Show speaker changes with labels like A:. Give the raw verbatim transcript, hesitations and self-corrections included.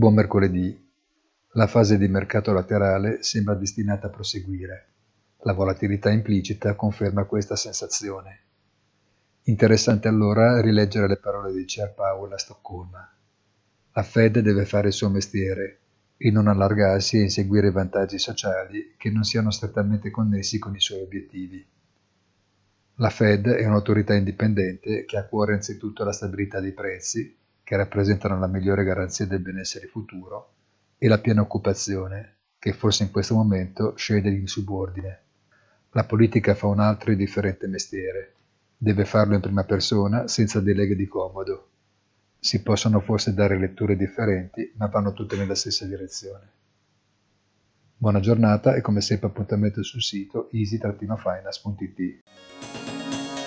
A: Buon mercoledì. La fase di mercato laterale sembra destinata a proseguire. La volatilità implicita conferma questa sensazione. Interessante allora rileggere le parole di Chair Powell a Stoccolma. La Fed deve fare il suo mestiere e non allargarsi e inseguire vantaggi sociali che non siano strettamente connessi con i suoi obiettivi. La Fed è un'autorità indipendente che ha a cuore anzitutto la stabilità dei prezzi, che rappresentano la migliore garanzia del benessere futuro, e la piena occupazione, che forse in questo momento scende in subordine. La politica fa un altro e differente mestiere. Deve farlo in prima persona, senza deleghe di comodo. Si possono forse dare letture differenti, ma vanno tutte nella stessa direzione. Buona giornata e come sempre appuntamento sul sito easy dash finance punto it.